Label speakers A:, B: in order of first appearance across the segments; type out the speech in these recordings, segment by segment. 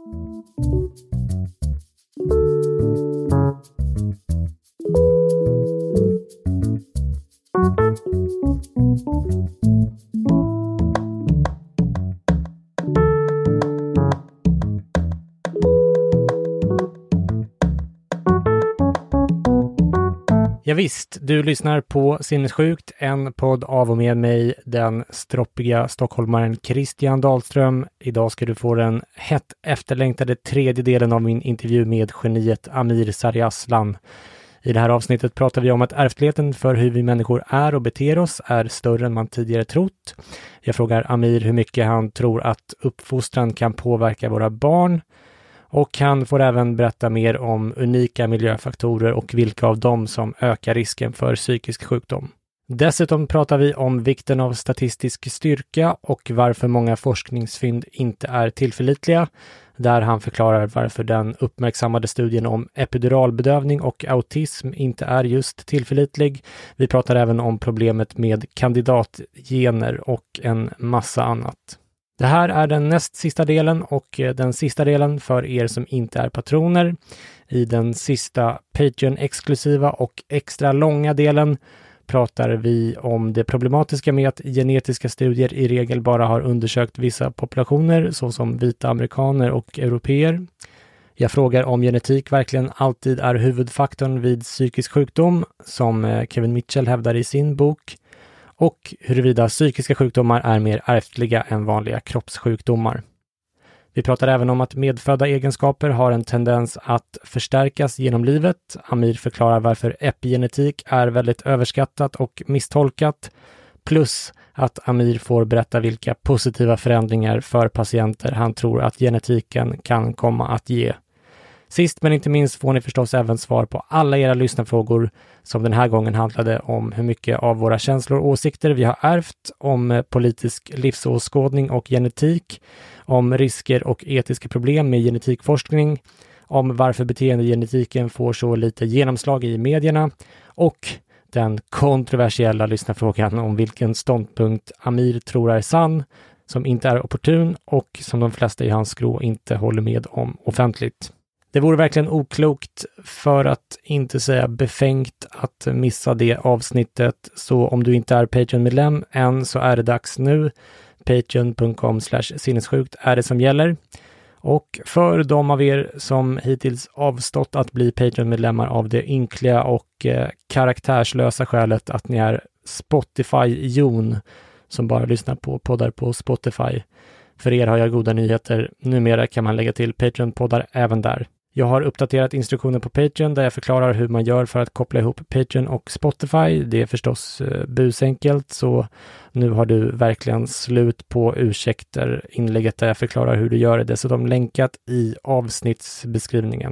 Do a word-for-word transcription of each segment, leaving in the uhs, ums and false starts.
A: Ja visst, du lyssnar på Sinnessjukt, en podd av och med mig, den stroppiga stockholmaren Christian Dahlström. Idag ska du få den hett efterlängtade tredje delen av min intervju med geniet Amir Sariaslan. I det här avsnittet pratar vi om att ärftligheten för hur vi människor är och beter oss är större än man tidigare trott. Jag frågar Amir hur mycket han tror att uppfostran kan påverka våra barn. Och han får även berätta mer om unika miljöfaktorer och vilka av dem som ökar risken för psykisk sjukdom. Dessutom pratar vi om vikten av statistisk styrka och varför många forskningsfynd inte är tillförlitliga, där han förklarar varför den uppmärksammade studien om epiduralbedövning och autism inte är just tillförlitlig. Vi pratar även om problemet med kandidatgener och en massa annat. Det här är den näst sista delen och den sista delen för er som inte är patroner. I den sista Patreon-exklusiva och extra långa delen pratar vi om det problematiska med att genetiska studier i regel bara har undersökt vissa populationer såsom vita amerikaner och europeer. Jag frågar om genetik verkligen alltid är huvudfaktorn vid psykisk sjukdom, som Kevin Mitchell hävdar i sin bok. Och huruvida psykiska sjukdomar är mer ärftliga än vanliga kroppssjukdomar. Vi pratar även om att medfödda egenskaper har en tendens att förstärkas genom livet. Amir förklarar varför epigenetik är väldigt överskattat och misstolkat. Plus att Amir får berätta vilka positiva förändringar för patienter han tror att genetiken kan komma att ge. Sist men inte minst får ni förstås även svar på alla era lyssnarfrågor som den här gången handlade om hur mycket av våra känslor och åsikter vi har ärvt, om politisk livsåskådning och genetik, om risker och etiska problem med genetikforskning, om varför beteendegenetiken får så lite genomslag i medierna och den kontroversiella lyssnarfrågan om vilken ståndpunkt Amir tror är sann, som inte är opportun och som de flesta i hans skrå inte håller med om offentligt. Det vore verkligen oklokt, för att inte säga befängt, att missa det avsnittet. Så om du inte är Patreon-medlem än så är det dags nu. Patreon punkt com slash sinnessjukt är det som gäller. Och för de av er som hittills avstått att bli Patreon-medlemmar av det ynkliga och eh, karaktärslösa skälet att ni är Spotify-jon som bara lyssnar på poddar på Spotify. För er har jag goda nyheter. Numera kan man lägga till Patreon-poddar även där. Jag har uppdaterat instruktioner på Patreon där jag förklarar hur man gör för att koppla ihop Patreon och Spotify. Det är förstås eh, busenkelt, så nu har du verkligen slut på ursäkter. Inlägget där jag förklarar hur du gör det dessutom länkat i avsnittsbeskrivningen.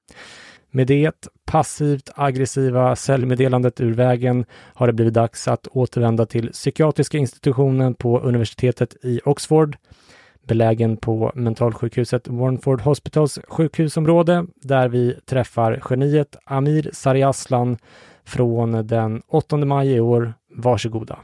A: Med det passivt aggressiva säljmeddelandet ur vägen har det blivit dags att återvända till psykiatriska institutionen på universitetet i Oxford, belägen på mentalsjukhuset Warnford Hospitals sjukhusområde, där vi träffar geniet Amir Sariaslan från den åttonde maj i år. Varsågoda.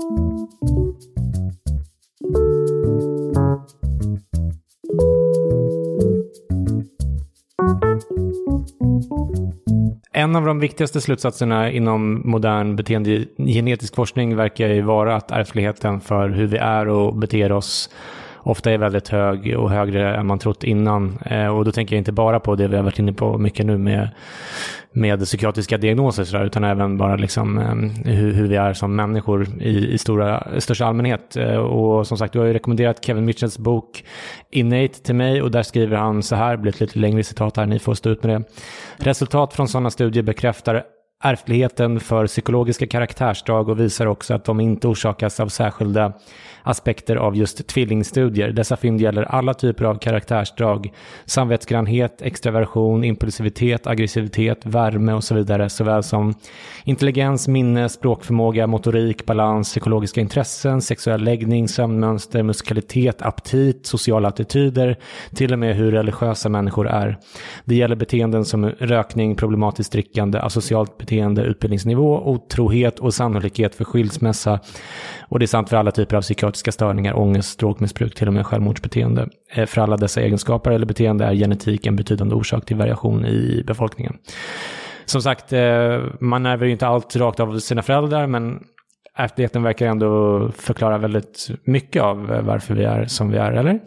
A: En av de viktigaste slutsatserna inom modern beteendegenetisk forskning verkar ju vara att ärftligheten för hur vi är och beter oss ofta är väldigt hög och högre än man trott innan. Eh, och då tänker jag inte bara på det vi har varit inne på mycket nu med, med psykiatriska diagnoser så där, utan även bara liksom, eh, hur, hur vi är som människor i, i stora, största allmänhet. Eh, och som sagt, du har ju rekommenderat Kevin Mitchells bok Innate till mig, och där skriver han så här, blir ett lite längre citat här, ni får stå ut med det. Resultat från sådana studier bekräftar ärftligheten för psykologiska karaktärsdrag och visar också att de inte orsakas av särskilda aspekter av just tvillingstudier. Dessa fynd gäller alla typer av karaktärsdrag, samvetsgrannhet, extraversion, impulsivitet, aggressivitet, värme och så vidare, såväl som intelligens, minne, språkförmåga, motorik, balans, psykologiska intressen, sexuell läggning, sömnmönster, musikalitet, aptit, sociala attityder, till och med hur religiösa människor är. Det gäller beteenden som rökning, problematiskt drickande, asocialt beteende beteende, utbildningsnivå, otrohet och sannolikhet för skilsmässa. Och det är sant för alla typer av psykiatriska störningar, ångest, drogmissbruk, till och med självmordsbeteende. För alla dessa egenskaper eller beteende är genetik en betydande orsak till variation i befolkningen. Som sagt, man ärver ju inte allt rakt av sina föräldrar, men ärftligheten verkar ändå förklara väldigt mycket av varför vi är som vi är, eller?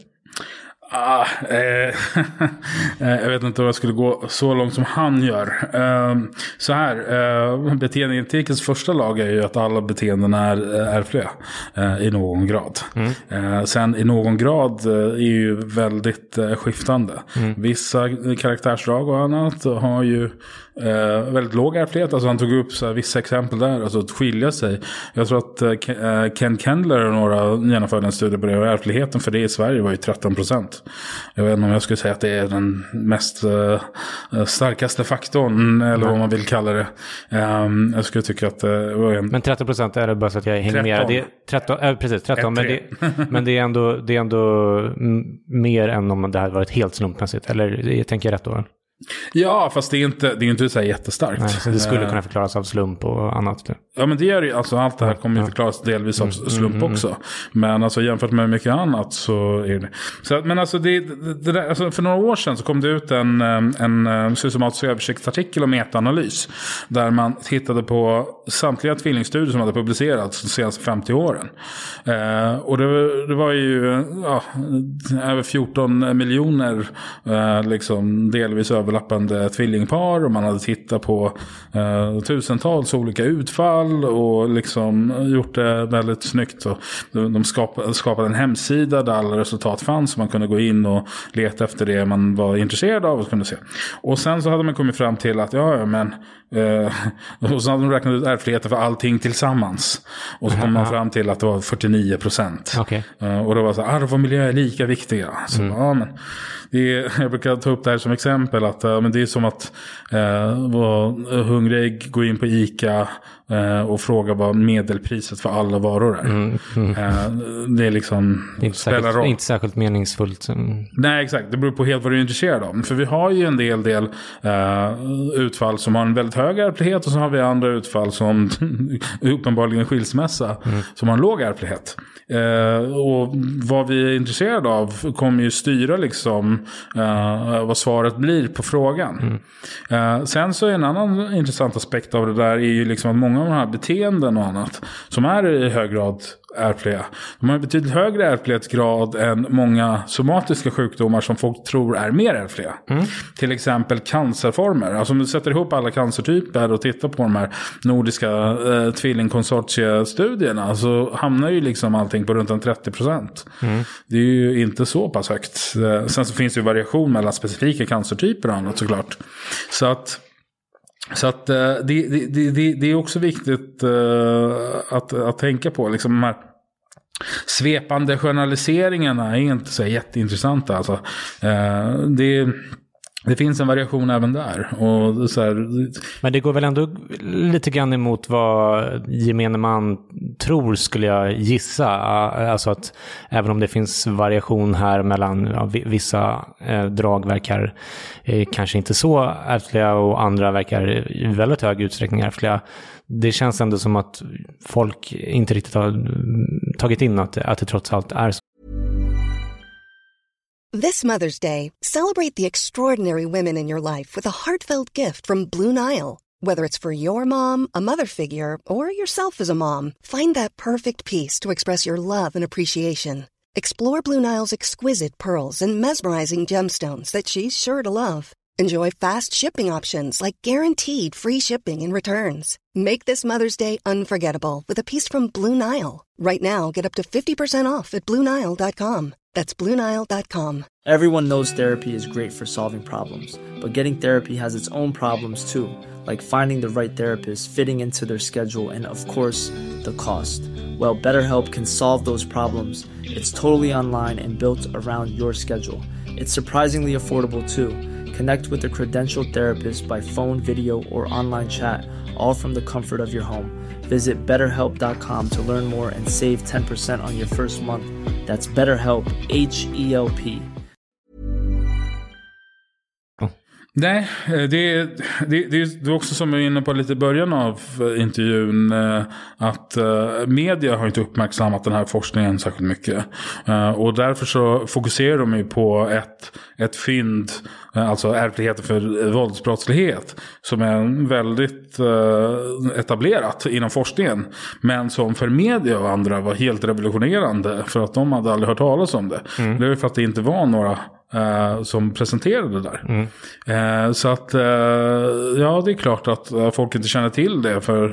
B: Ah, eh, jag vet inte om jag skulle gå så långt som han gör. Eh, så här, eh, beteendegenetikens första lag är ju att alla beteenden är ärftliga eh, i någon grad. Mm. Eh, sen i någon grad eh, är ju väldigt eh, skiftande. Mm. Vissa karaktärsdrag och annat har ju Eh, väldigt låg ärftlighet. Alltså han tog upp så här, vissa exempel där, alltså att skilja sig. Jag tror att eh, Ken Kendler och några genomförde en studie på det, och ärftligheten för det i Sverige var ju tretton procent. Jag vet inte om jag skulle säga att det är den mest eh, starkaste faktorn, eller mm. vad man vill kalla det. Eh, jag skulle tycka att det var en...
A: Men tretton procent är det bara så att jag hänger med. Det är tretton, äh, precis, tretton, men, det, men det är ändå, det är ändå mer än om det hade varit helt slumpmässigt. Eller jag tänker rätt då?
B: Ja, fast det är inte, det är inte så här jättestarkt.
A: Nej, så det skulle kunna förklaras av slump och annat.
B: Ja, men det är ju, alltså allt det här kommer ju förklaras delvis av slump mm, mm, också. Men alltså jämfört med mycket annat så är det. Så, men alltså, det, det där, alltså för några år sedan så kom det ut en, en, en systematisk översiktsartikel och metaanalys där man tittade på samtliga tvillingstudier som hade publicerats de senaste femtio åren. Eh, och det, det var ju ja, över fjorton miljoner eh, liksom delvis överlappande tvillingpar, och man hade tittat på eh, tusentals olika utfall och liksom gjort det väldigt snyggt. Och de skapade, skapade en hemsida där alla resultat fanns, så man kunde gå in och leta efter det man var intresserad av och kunde se. Och sen så hade man kommit fram till att ja, men eh, och så hade de räknat ut ärftligheten för allting tillsammans, och så kom man fram till att det var fyrtionio procent.
A: Okay.
B: Eh, och det var så här, arv och miljö är lika viktiga. Så mm. ja, men det är, jag brukar ta upp det här som exempel att uh, men det är som att uh, vara hungrig, gå in på ICA uh, och fråga vad medelpriset för alla varor är. Mm, mm. Uh, det är liksom
A: det är inte, särskilt, inte särskilt meningsfullt. Mm.
B: Nej, exakt. Det beror på helt vad du är intresserad av. För vi har ju en del, del uh, utfall som har en väldigt hög ärftlighet, och så har vi andra utfall som uppenbarligen skilsmässa mm. som har en låg ärftlighet. Uh, och vad vi är intresserade av kommer ju styra liksom uh, vad svaret blir på frågan. Mm. Uh, sen så är en annan intressant aspekt av det där är ju liksom att många av de här beteenden och annat som är i hög grad ärftliga, de har en betydligt högre ärftlighetsgrad än många somatiska sjukdomar som folk tror är mer ärftliga. Mm. Till exempel cancerformer. Alltså om du sätter ihop alla cancertyper och tittar på de här nordiska eh, tvillingkonsortiestudierna, så hamnar ju liksom allting på runt en trettio procent. Mm. Det är ju inte så pass högt. Sen så finns det ju variation mellan specifika cancertyper och annat såklart. Så att Så att uh, det, det, det, det är också viktigt uh, att, att tänka på. Liksom de här svepande journaliseringarna är inte så jätteintressanta. Alltså, uh, det, det finns en variation även där. Och så här,
A: men det går väl ändå lite grann emot vad gemene man tror, skulle jag gissa. Alltså att även om det finns variation här mellan ja, vissa eh, drag verkar eh, kanske inte så ärftliga och andra verkar i väldigt hög utsträckning ärftliga. Det känns ändå som att folk inte riktigt har tagit in att, att det trots allt är så.
C: This Mother's Day, celebrate the extraordinary women in your life with a heartfelt gift from Blue Nile. Whether it's for your mom, a mother figure, or yourself as a mom, find that perfect piece to express your love and appreciation. Explore Blue Nile's exquisite pearls and mesmerizing gemstones that she's sure to love. Enjoy fast shipping options like guaranteed free shipping and returns. Make this Mother's Day unforgettable with a piece from Blue Nile. Right now, get up to fifty percent off at blue nile dot com. That's blue nile dot com.
D: Everyone knows therapy is great for solving problems, but getting therapy has its own problems too, like finding the right therapist, fitting into their schedule, and of course, the cost. Well, BetterHelp can solve those problems. It's totally online and built around your schedule. It's surprisingly affordable too. Connect with a credentialed therapist by phone, video, or online chat, all from the comfort of your home. Visit better help dot com to learn more and save ten percent on your first month. That's BetterHelp, H E L P.
B: Nej, det, det, det, det är också som jag är inne på lite i början av intervjun, att media har inte uppmärksammat den här forskningen särskilt mycket. Och därför så fokuserar de ju på ett, ett fynd, alltså ärftligheter för våldsbrottslighet, som är väldigt etablerat inom forskningen, men som för media och andra var helt revolutionerande, för att de hade aldrig hört talas om det. Mm. Det är för att det inte var några Uh, som presenterade det där. Mm. Uh, så att uh, ja, det är klart att uh, folk inte känner till det, för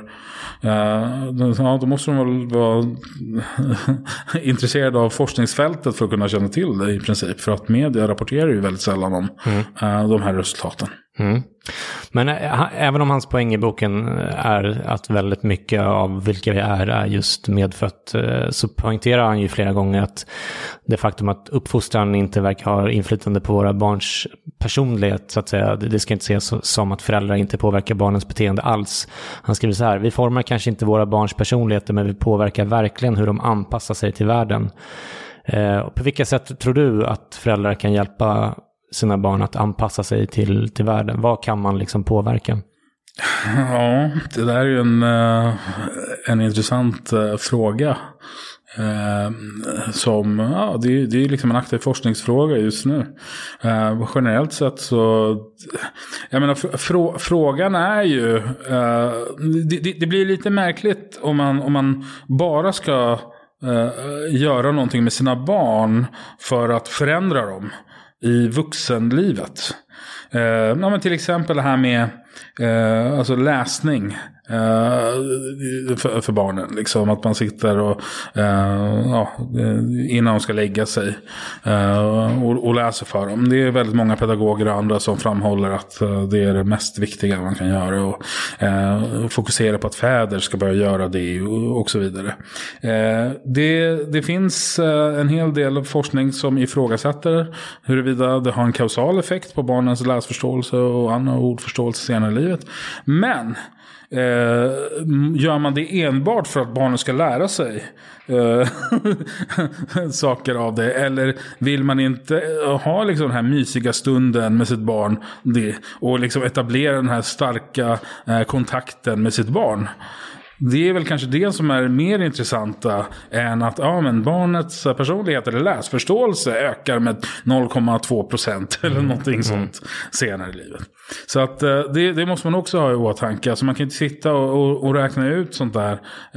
B: uh, ja, då måste de väl vara intresserade av forskningsfältet för att kunna känna till det i princip, för att media rapporterar ju väldigt sällan om mm. uh, de här resultaten.
A: Mm. Men ä- även om hans poäng i boken är att väldigt mycket av vilka vi är är just medfött, så poängterar han ju flera gånger att det faktum att uppfostran inte verkar ha inflytande på våra barns personlighet, så att säga, det ska inte ses som att föräldrar inte påverkar barnens beteende alls. Han skriver så här: vi formar kanske inte våra barns personligheter, men vi påverkar verkligen hur de anpassar sig till världen. Eh, på vilka sätt tror du att föräldrar kan hjälpa sina barn att anpassa sig till, till världen? Vad kan man liksom påverka?
B: Ja, det där är ju en, en intressant fråga. Eh, som, ja, det, det är liksom en aktiv forskningsfråga just nu. Eh, generellt sett så, jag menar, frå, frågan är ju, eh, det, det blir lite märkligt om man, om man bara ska eh, göra någonting med sina barn för att förändra dem i vuxenlivet. Eh, ja, men till exempel det här med eh, alltså läsning eh, för, för barnen. Liksom, att man sitter och eh, ja, innan de ska lägga sig eh, och, och läser för dem. Det är väldigt många pedagoger och andra som framhåller att eh, det är det mest viktiga man kan göra. Och eh, fokusera på att fäder ska börja göra det och, och så vidare. Eh, det, det finns eh, en hel del forskning som ifrågasätter huruvida det har en kausal effekt på barnens läsförståelse och annan ordförståelse senare i livet. Men eh, gör man det enbart för att barnen ska lära sig eh, saker av det, eller vill man inte ha liksom den här mysiga stunden med sitt barn det, och liksom etablera den här starka eh, kontakten med sitt barn? Det är väl kanske det som är mer intressanta än att ja, men barnets personlighet eller läsförståelse ökar med noll komma två procent eller någonting sånt senare i livet. Så att det, det måste man också ha i åtanke. Alltså man kan inte sitta och, och, och räkna ut sånt där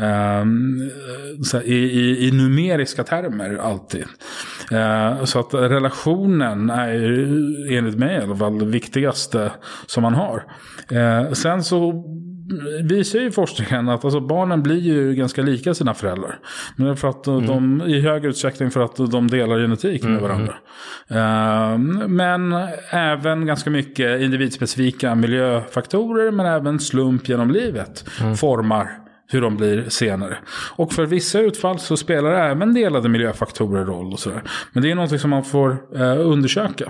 B: um, så i, i, i numeriska termer alltid. Uh, så att relationen är enligt mig i alla fall det viktigaste som man har. Uh, sen så visar ju forskningen att alltså, barnen blir ju ganska lika sina föräldrar. Men för att mm. de i högre utsträckning för att de delar genetik med varandra. Mm. Uh, men även ganska mycket individspecifika miljöfaktorer, men även slump genom livet mm. formar hur de blir senare. Och för vissa utfall så spelar även delade miljöfaktorer roll och sådär. Men det är något som man får uh, undersöka.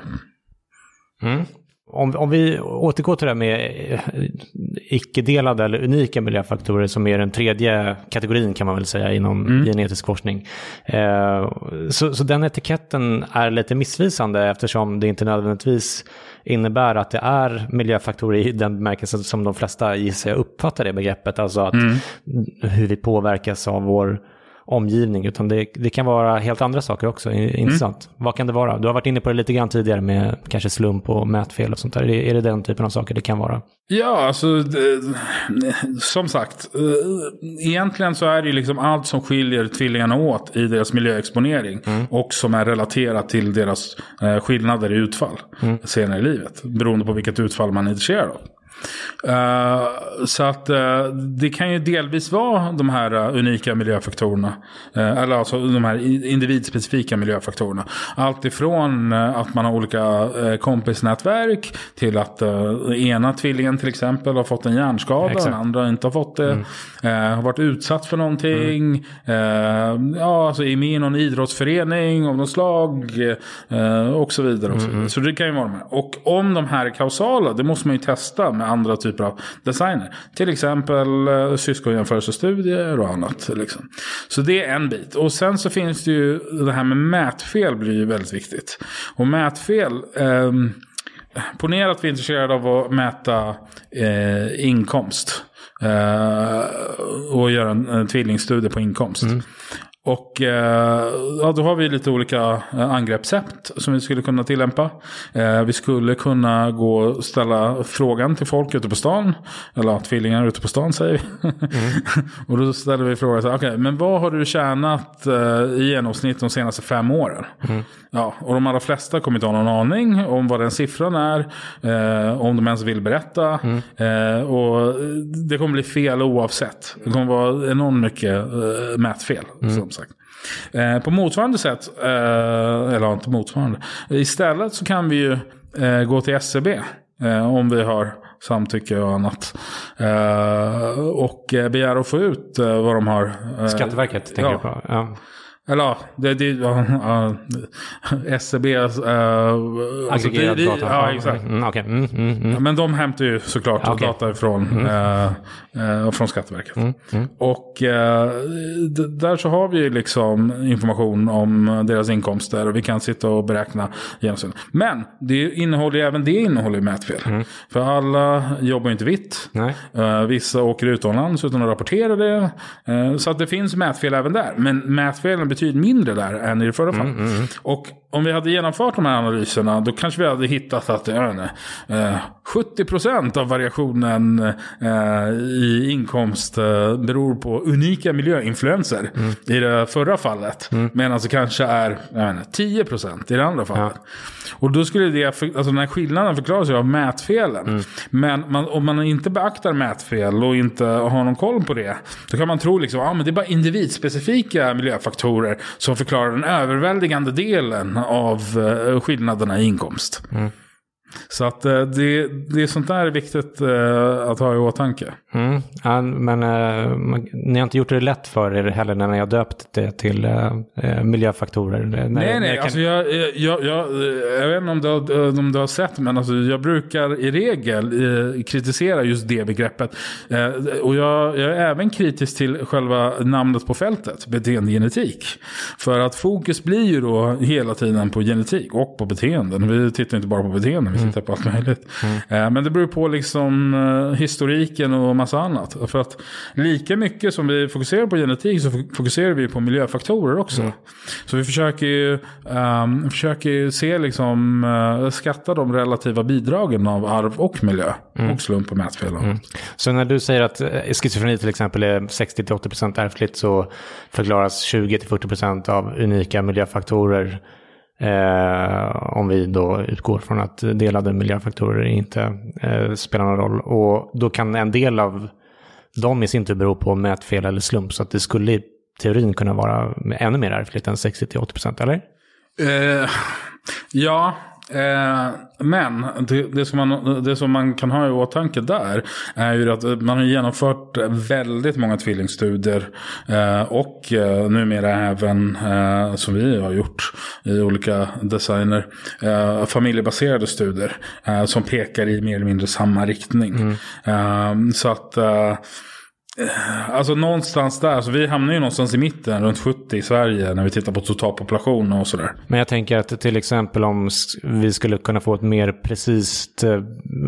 A: Mm. Om, om vi återgår till det här med icke-delade eller unika miljöfaktorer, som är den tredje kategorin kan man väl säga inom mm. genetisk forskning. Eh, så, så den etiketten är lite missvisande, eftersom det inte nödvändigtvis innebär att det är miljöfaktorer i den bemärkelsen som de flesta gissar jag uppfattar det begreppet. Alltså att mm. hur vi påverkas av vår omgivning, utan det, det kan vara helt andra saker också. Intressant. Mm. Vad kan det vara? Du har varit inne på det lite grann tidigare med kanske slump och mätfel och sånt där. Är det, är det den typen av saker det kan vara?
B: Ja, alltså det, som sagt, egentligen så är det liksom allt som skiljer tvillingarna åt i deras miljöexponering mm. och som är relaterat till deras eh, skillnader i utfall mm. senare i livet, beroende på vilket utfall man är intresserad av. Uh, så att uh, det kan ju delvis vara de här uh, unika miljöfaktorerna uh, eller alltså de här individspecifika miljöfaktorerna. Allt ifrån uh, att man har olika uh, kompisnätverk till att uh, ena tvillingen till exempel har fått en hjärnskada och den andra inte har fått det. Mm. Uh, har varit utsatt för någonting mm. uh, ja, alltså är med i någon idrottsförening av något slag uh, och så vidare, och så vidare. Mm. Så det kan ju vara de här. Och om de här är kausala, det måste man ju testa med andra typer av designer. Till exempel uh, syskonjämförelsestudier och annat. Liksom. Så det är en bit. Och sen så finns det ju det här med mätfel blir ju väldigt viktigt. Och mätfel um, ponera att vi är intresserade av att mäta eh, inkomst eh, och göra en, en tvillingstudie på inkomst. Mm. Och ja, då har vi lite olika angreppssätt som vi skulle kunna tillämpa. Vi skulle kunna gå och ställa frågan till folk ute på stan. Eller tvillingar ute på stan säger vi. Mm. Och då ställer vi frågan så här, okej, okay, men vad har du tjänat i genomsnitt de senaste fem åren? Mm. Ja, och de allra flesta kommer inte ha någon aning om vad den siffran är. Eh, om de ens vill berätta. Mm. Eh, och det kommer bli fel oavsett. Det kommer vara enormt mycket eh, mätfel. Mm. Som sagt. Eh, på motsvarande sätt, eh, eller inte motsvarande. Istället så kan vi ju eh, gå till S C B. Eh, om vi har samtycke och annat. Eh, och begära att få ut eh, vad de har.
A: Eh, Skatteverket tänker
B: ja.
A: du på? Ja.
B: Eller ja, det, det, uh, S C B uh,
A: aggregerad
B: alltså,
A: data.
B: Ja, exakt.
A: Mm, okay. mm, mm, mm.
B: Men de hämtar ju såklart okay. data ifrån, mm. uh, uh, från Skatteverket. Mm, mm. Och uh, d- där så har vi liksom information om deras inkomster och vi kan sitta och beräkna genomsnitt. Men det innehåller även det innehåller mätfel. Mm. För alla jobbar inte vitt. Nej. Uh, vissa åker utomlands utan att rapportera det. Uh, så att det finns mätfel även där. Men mätfelen betyder mindre där än i det förra fallet. Mm, mm. Och om vi hade genomfört de här analyserna då kanske vi hade hittat att jag vet inte, eh, sjuttio procent av variationen eh, i inkomst eh, beror på unika miljöinfluenser mm. i det förra fallet. Mm. Medan det kanske är jag vet inte, tio procent i det andra fallet. Ja. Och då skulle det, alltså den här skillnaden förklaras ju av mätfelen. Mm. Men man, om man inte beaktar mätfel och inte har någon koll på det då kan man tro liksom, ja men det är bara individspecifika miljöfaktorer som förklarar den överväldigande delen av uh, skillnaderna i inkomst. Mm. Så att uh, det, det är sånt där är viktigt uh, att ha i åtanke.
A: Mm. Ja, men uh, man, ni har inte gjort det lätt för er heller när ni har döpt det till uh, miljöfaktorer. När,
B: nej, nej. Kan... Alltså jag, jag, jag, jag vet inte om du, har, om du har sett, men alltså jag brukar i regel uh, kritisera just det begreppet. Uh, och jag, jag är även kritisk till själva namnet på fältet, beteendegenetik. För att fokus blir ju då hela tiden på genetik och på beteenden. Vi tittar inte bara på beteenden, vi tittar mm. på allt möjligt. Mm. Uh, men det beror på liksom uh, historiken och massa annat. För att lika mycket som vi fokuserar på genetik så fokuserar vi på miljöfaktorer också. Mm. Så vi försöker ju um, försöker se liksom uh, skatta de relativa bidragen av arv och miljö mm. och slump och mätfel. Mm.
A: Så när du säger att schizofreni till exempel är sextio till åttio procent ärftligt så förklaras tjugo till fyrtio procent av unika miljöfaktorer. Eh, om vi då utgår från att delade miljöfaktorer inte eh, spelar någon roll. Och då kan en del av dem i sin tur bero på mätfel eller slump. Så att det skulle i teorin kunna vara ännu mer ärftligt än sextio till åttio procent, eller?
B: Eh, ja, eh, men det, det, som man, det som man kan ha i åtanke där är ju att man har genomfört väldigt många tvillingstudier eh, och eh, numera även eh, som vi har gjort i olika designer eh, familjebaserade studier eh, som pekar i mer eller mindre samma riktning. Mm. Eh, så att eh, alltså någonstans där, så vi hamnar ju någonstans i mitten, runt sjuttio i Sverige när vi tittar på totalpopulation och sådär.
A: Men jag tänker att till exempel om vi skulle kunna få ett mer precis eh,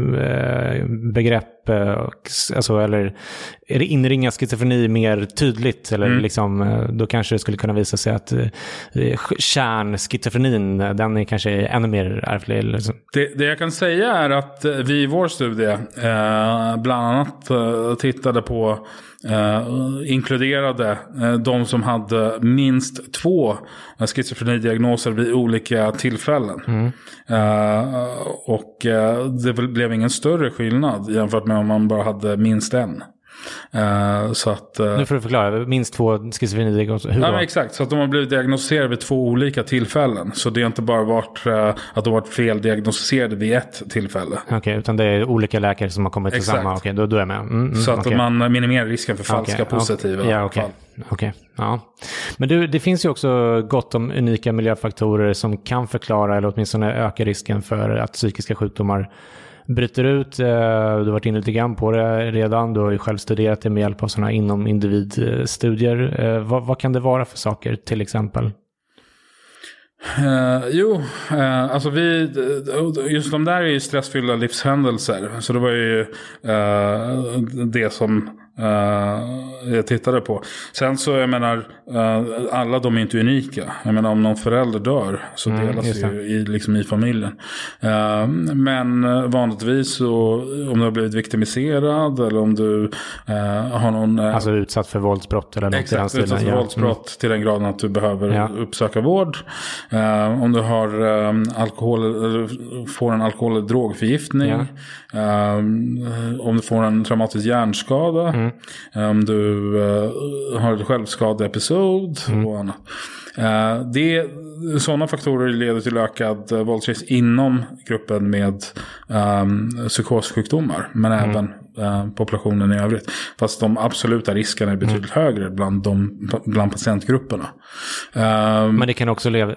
A: begrepp, eh, alltså, eller är det inringa schizofreni mer tydligt, eller mm. liksom, då kanske det skulle kunna visa sig att eh, kärnschizofrenin, den är kanske ännu mer ärftlig. Liksom.
B: Det, det jag kan säga är att vi i vår studie eh, bland annat eh, tittade på Uh, inkluderade uh, de som hade minst två uh, schizofrenidiagnoser vid olika tillfällen. Mm. Uh, och uh, det blev ingen större skillnad jämfört med om man bara hade minst en. Uh, så att, uh,
A: nu får du förklara, minst två schizofrenidiagnoser. Hur
B: ja,
A: då?
B: Men exakt, så att de har blivit diagnostiserade vid två olika tillfällen. Så det har inte bara varit uh, att de har varit feldiagnostiserade vid ett tillfälle.
A: Okej, okay, utan det är olika läkare som har kommit till samma. Okej, okay, då, då är jag med. Mm, mm,
B: så att
A: okay.
B: man minimerar risken för falska
A: okay,
B: positiva
A: okay. Ja, okay. fall. Okej, okay. Ja. Men du, det finns ju också gott om unika miljöfaktorer som kan förklara eller åtminstone öka risken för att psykiska sjukdomar bryter ut. Du har varit inne lite grann på det redan. Du har ju själv studerat det med hjälp av sådana inom individstudier. Vad, vad kan det vara för saker till exempel?
B: Uh, jo, uh, alltså vi, just de där är ju stressfyllda livshändelser. Så det var ju uh, det som uh, jag tittade på. Sen så, jag menar, uh, alla de är inte unika. Jag menar, om någon förälder dör så
A: mm,
B: delas ju i, liksom i familjen. Uh, men uh, vanligtvis så, om du har blivit viktimiserad eller om du uh, har någon... Uh,
A: alltså utsatt för våldsbrott eller något.
B: Exakt, utsatt för
A: ja.
B: våldsbrott mm. till den graden att du behöver ja. uppsöka vård. Uh, om du har um, alkohol eller får en alkohol- eller drogförgiftning. Ja. Uh, om du får en traumatisk hjärnskada. Mm. Om du uh, har ett självskadeepisod mm. och annat. Uh, det, sådana faktorer leder till ökad uh, våldsrisk inom gruppen med um, psykossjukdomar. Men mm. även uh, populationen i övrigt. Fast de absoluta riskerna är betydligt mm. högre bland, de, bland patientgrupperna. Um,
A: Men det kan också leva,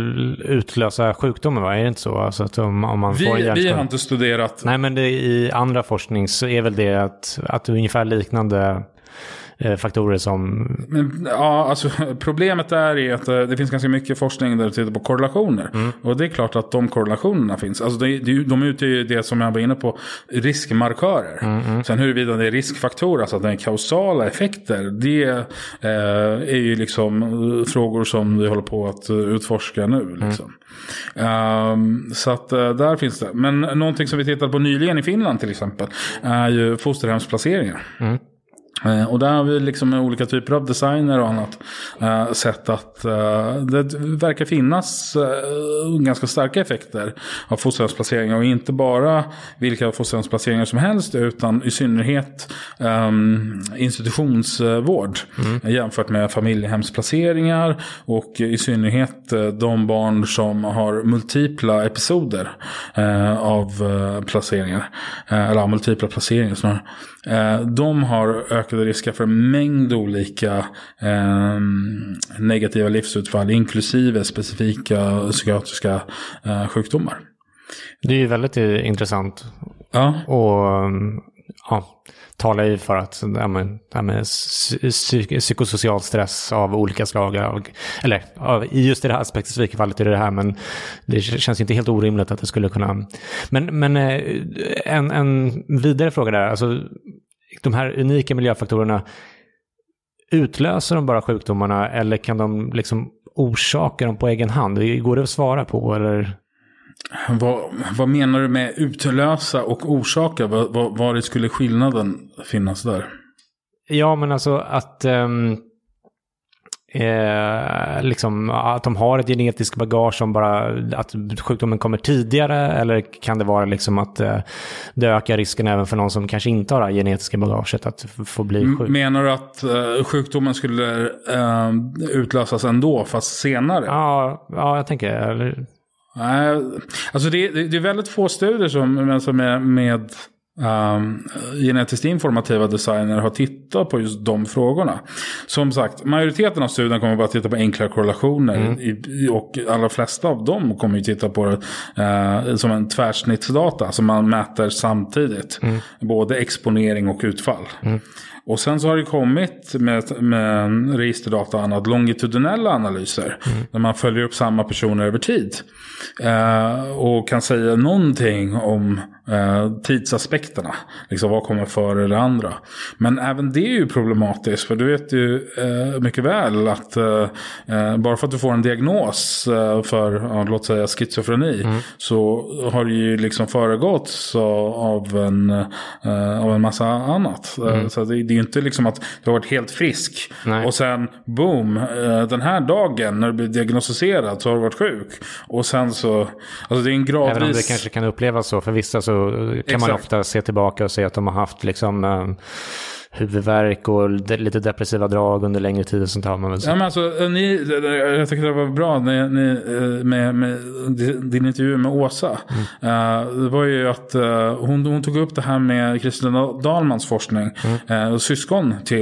A: utlösa sjukdomar, va? Är det inte så? Alltså att om, om man
B: vi,
A: får
B: vi har inte studerat...
A: Nej, men det, i andra forskning så är väl det att, att ungefär liknande faktorer som...
B: Men, ja, alltså problemet är, är att det finns ganska mycket forskning där det tittar på korrelationer. Mm. Och det är klart att de korrelationerna finns. Alltså de, de utgör ju det som jag var inne på, riskmarkörer. Mm, mm. Sen huruvida det är riskfaktorer, alltså att det är kausala effekter, det eh, är ju liksom frågor som vi håller på att utforska nu. Liksom. Mm. Um, så att uh, där finns det. Men någonting som vi tittade på nyligen i Finland till exempel är ju fosterhemsplaceringar. Mm. Uh, och där har vi liksom med olika typer av designer och annat uh, sett att uh, det verkar finnas uh, ganska starka effekter av fosterhemsplaceringar, och inte bara vilka fosterhemsplaceringar som helst utan i synnerhet um, institutionsvård mm. jämfört med familjehemsplaceringar, och i synnerhet uh, de barn som har multipla episoder uh, av uh, placeringar uh, eller multipla placeringar snarare. Uh, de har ökade risker för en mängd olika eh, negativa livsutfall, inklusive specifika psykiatriska eh, sjukdomar.
A: Det är ju väldigt intressant.
B: Ja. Och
A: ja, talar ju för att ja, men, ja, men, psyk- psykosocial stress av olika slag, av, eller av, i just det här specifika fallet är det här, men det känns inte helt orimligt att det skulle kunna... Men, men en, en vidare fråga där, alltså de här unika miljöfaktorerna, utlöser de bara sjukdomarna eller kan de liksom orsaka dem på egen hand? Går det att svara på, eller?
B: Vad, vad menar du med utlösa och orsaka? Vad, vad, vad det skulle skillnaden finnas där?
A: Ja, men alltså att um, eh, liksom att de har ett genetiskt bagage som bara att sjukdomen kommer tidigare, eller kan det vara liksom att eh, det ökar risken även för någon som kanske inte har det genetiska bagaget att f- få bli sjuk?
B: Menar du att eh, sjukdomen skulle eh, utlösas ändå fast senare?
A: Ja, ja jag tänker eller...
B: Nej, alltså det, det, det är väldigt få studier som, som är med Um, genetiskt informativa designer har tittat på just de frågorna. Som sagt, majoriteten av studien kommer bara titta på enkla korrelationer mm. i, och alla flesta av dem kommer ju titta på det uh, som en tvärsnittsdata som man mäter samtidigt, mm. både exponering och utfall. Mm. Och sen så har det kommit med, med registerdata och annat longitudinella analyser mm. där man följer upp samma personer över tid uh, och kan säga någonting om uh, tidsaspekterna. Liksom vad kommer före det andra. Men även det är ju problematiskt, för du vet ju uh, mycket väl att uh, uh, bara för att du får en diagnos uh, för uh, låt säga schizofreni mm. så har det ju liksom föregåtts av en, uh, av en massa annat. Mm. Uh, så det, det är ju inte liksom att du har varit helt frisk. Nej. Och sen boom, den här dagen när du blir diagnostiserad så har du varit sjuk. Och sen så, alltså det är en gradvis...
A: Även om det kanske kan upplevas så för vissa, så kan Exakt. Man ofta se tillbaka och se att de har haft liksom um, huvudvärk och de, lite depressiva drag under längre tid och sånt här. Man väl
B: ja, men alltså, ni, jag tycker det var bra ni, ni, med, med din intervju med Åsa. Mm. Uh, det var ju att uh, hon, hon tog upp det här med Kristina Dahlmans forskning. Mm. Uh, syskon till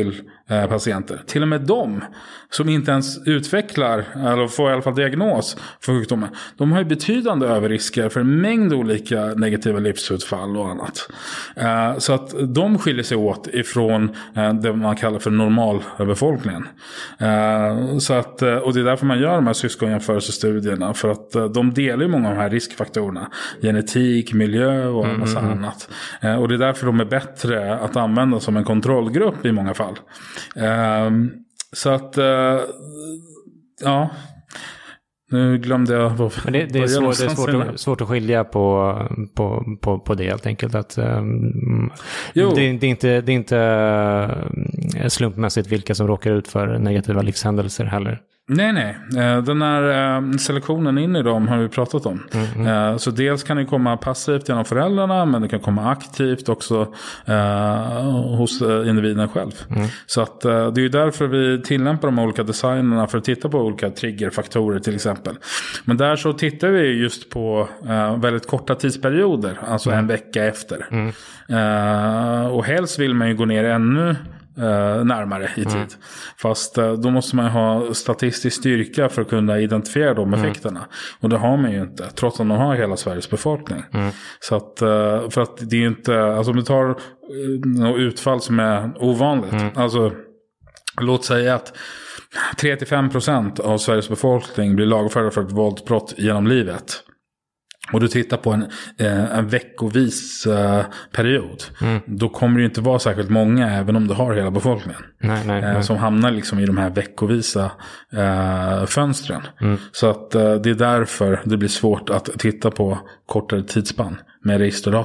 B: eh, patienter. Till och med de som inte ens utvecklar eller får i alla fall diagnos för sjukdomen, de har ju betydande överrisker för en mängd olika negativa livsutfall och annat. Eh, så att de skiljer sig åt ifrån eh, det man kallar för normalbefolkningen. Eh, så att, och det är därför man gör de här syskonjämförelsestudierna, för att eh, de delar ju många av de här riskfaktorerna. Genetik, miljö och en massa mm. annat. Eh, och det är därför de är bättre att använda som en kontrollgrupp i många fall. Eh, så att, eh, ja... Nu glömde jag vad,
A: Men det, det är, svår, det är svårt, att, svårt att skilja på, på, på, på det helt enkelt. Att, um, det, det, är inte, det är inte slumpmässigt vilka som råkar ut för negativa livshändelser heller.
B: Nej, nej. Den här selektionen in i dem har vi pratat om. Mm, mm. Så dels kan det komma passivt genom föräldrarna, men det kan komma aktivt också eh, hos individen själv. Mm. Så att, det är ju därför vi tillämpar de olika designerna för att titta på olika triggerfaktorer till exempel. Men där så tittar vi just på eh, väldigt korta tidsperioder, alltså mm. en vecka efter. Mm. Eh, och helst vill man ju gå ner ännu Uh, närmare i tid. Mm. Fast uh, då måste man ha statistisk styrka för att kunna identifiera de effekterna. Mm. Och det har man ju inte, trots att de har hela Sveriges befolkning. Mm. Så att, uh, för att det är inte, alltså om vi tar uh, något utfall som är ovanligt. Mm. Alltså, låt säga att tre till fem procent av Sveriges befolkning blir lagförda för ett våldsbrott genom livet. Och du tittar på en, eh, en veckovis eh, period. Mm. Då kommer det ju inte vara särskilt många, även om du har hela befolkningen. Nej, nej, eh, nej. Som hamnar liksom i de här veckovisa eh, fönstren. Mm. Så att eh, det är därför det blir svårt att titta på kortare tidsspann med registerdata.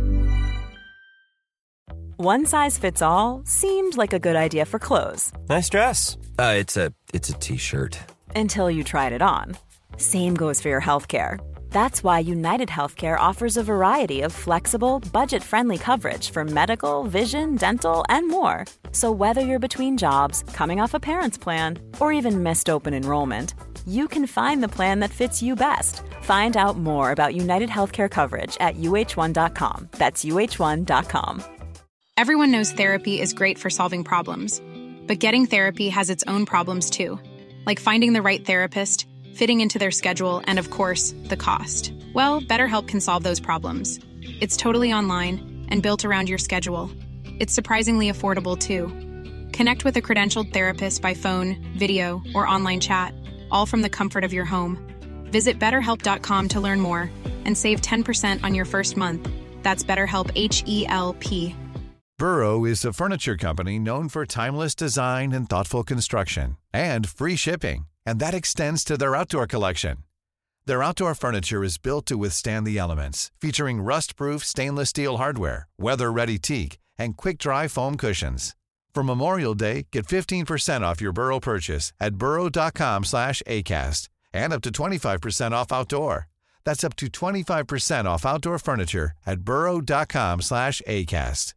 E: One size fits all seemed like a good idea for clothes.
F: Nice dress. Uh, it's a it's a t-shirt.
E: Until you tried it on. Same goes for your healthcare. That's why United Healthcare offers a variety of flexible, budget-friendly coverage for medical, vision, dental, and more. So whether you're between jobs, coming off a parent's plan, or even missed open enrollment, you can find the plan that fits you best. Find out more about United Healthcare coverage at U H one dot com. That's U H one dot com.
G: Everyone knows therapy is great for solving problems. But getting therapy has its own problems too. Like finding the right therapist, fitting into their schedule, and of course, the cost. Well, BetterHelp can solve those problems. It's totally online and built around your schedule. It's surprisingly affordable too. Connect with a credentialed therapist by phone, video, or online chat, all from the comfort of your home. Visit better help dot com to learn more and save ten percent on your first month. That's BetterHelp, H E L P.
H: Burrow is a furniture company known for timeless design and thoughtful construction, and free shipping. And that extends to their outdoor collection. Their outdoor furniture is built to withstand the elements, featuring rust-proof stainless steel hardware, weather-ready teak, and quick-dry foam cushions. For Memorial Day, get fifteen percent off your Burrow purchase at burrow dot com slash acast, and up to twenty-five percent off outdoor. That's up to twenty-five percent off outdoor furniture at burrow dot com slash acast.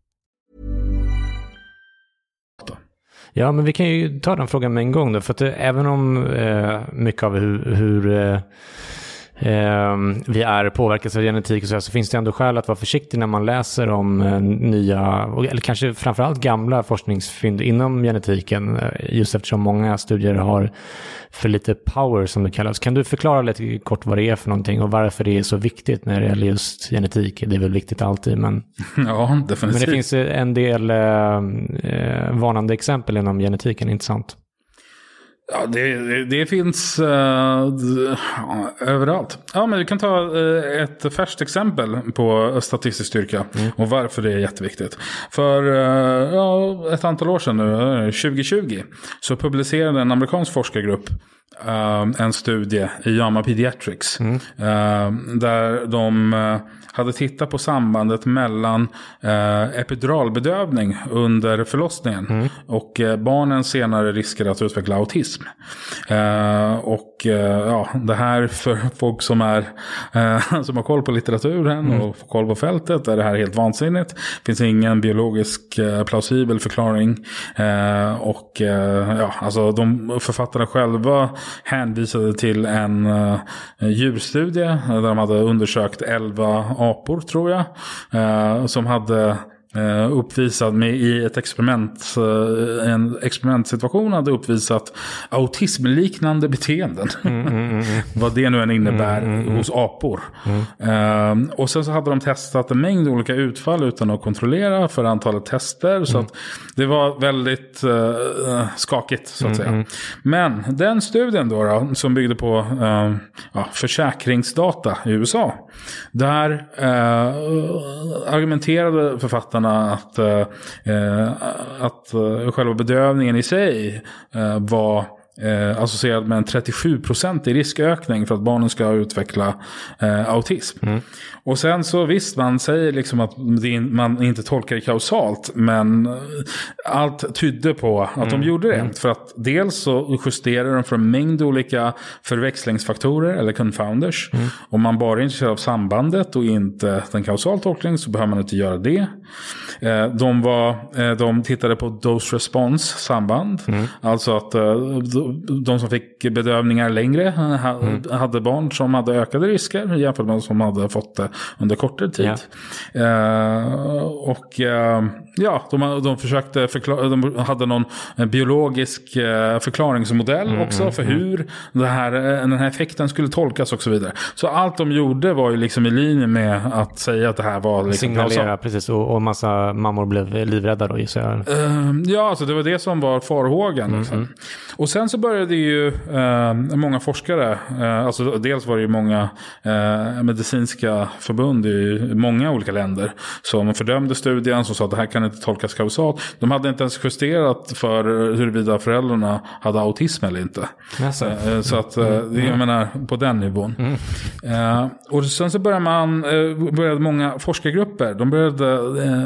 A: Ja, men vi kan ju ta den frågan med en gång då, för att det, även om eh, mycket av hur, hur eh, eh, vi är påverkade av genetik och så, här, så finns det ändå skäl att vara försiktig när man läser om eh, nya, eller kanske framförallt gamla forskningsfynd inom genetiken, eh, just eftersom många studier har för lite power, som det kallas. Kan du förklara lite kort vad det är för någonting och varför det är så viktigt när det gäller just genetik? Det är väl viktigt alltid, men,
B: ja, definitivt.
A: Men det finns en del eh, varnande exempel inom genetiken, intressant.
B: Ja, det, det, det finns uh, överallt. Ja, men vi kan ta uh, ett färskt exempel på statistisk styrka mm. och varför det är jätteviktigt. För uh, ja, ett antal år sedan nu, tjugo tjugo, så publicerade en amerikansk forskargrupp uh, en studie i JAMA Pediatrics mm. uh, där de uh, hade tittat på sambandet mellan eh, epiduralbedövning under förlossningen mm. och eh, barnens senare risker att utveckla autism. Eh, och eh, ja, det här för folk som är eh, som har koll på litteraturen mm. och koll på fältet är det här helt vansinnigt. Det finns ingen biologisk eh, plausibel förklaring eh, och eh, ja, alltså de författarna själva hänvisade till en eh, djurstudie där de hade undersökt elva apor, tror jag, eh, som hade eh, uppvisat med i ett experiment, eh, en experimentsituation hade uppvisat autismliknande beteenden. Mm, mm, mm. Vad det nu än innebär mm, mm, hos apor. Mm. Eh, och sen så hade de testat en mängd olika utfall utan att kontrollera för antalet tester. Mm. Så att det var väldigt eh, skakigt så att säga. Mm, mm. Men den studien då, då som byggde på eh, ja, försäkringsdata i U S A. Där eh, argumenterade författarna att, eh, att eh, själva bedövningen i sig eh, var eh, associerad med en trettiosju procent i riskökning för att barnen ska utveckla eh, autism. Mm. Och sen så visst, man säger liksom att det, man inte tolkar det kausalt, men allt tydde på att mm. de gjorde det. Mm. För att dels så justerar de för en mängd olika förväxlingsfaktorer eller confounders. Mm. Om man bara är intresserad av sambandet och inte den kausal tolkning så behöver man inte göra det. De, var, de tittade på dose-response samband. Mm. Alltså att de som fick bedövningar längre hade mm. barn som hade ökade risker jämfört med de som hade fått det under kortare tid. Yeah. Uh, och uh, ja, de, de försökte förklara, de hade någon biologisk uh, förklaringsmodell mm, också mm, för mm. hur det här, den här effekten skulle tolkas och så vidare. Så allt de gjorde var ju liksom i linje med att säga att det här var liksom
A: signalera, precis, och, och massa mammor blev livrädda då, gissar jag.
B: Uh, ja, alltså det var det som var farhågan. Mm, liksom. mm. Och sen så började ju uh, många forskare, uh, alltså dels var det ju många uh, medicinska förbund i många olika länder som fördömde studien, som sa att det här kan inte tolkas kausalt. De hade inte ens justerat för huruvida föräldrarna hade autism eller inte. Yes, uh, så att uh, mm. jag menar på den nivån. Mm. Uh, och sen så började man uh, började många forskargrupper, de började uh,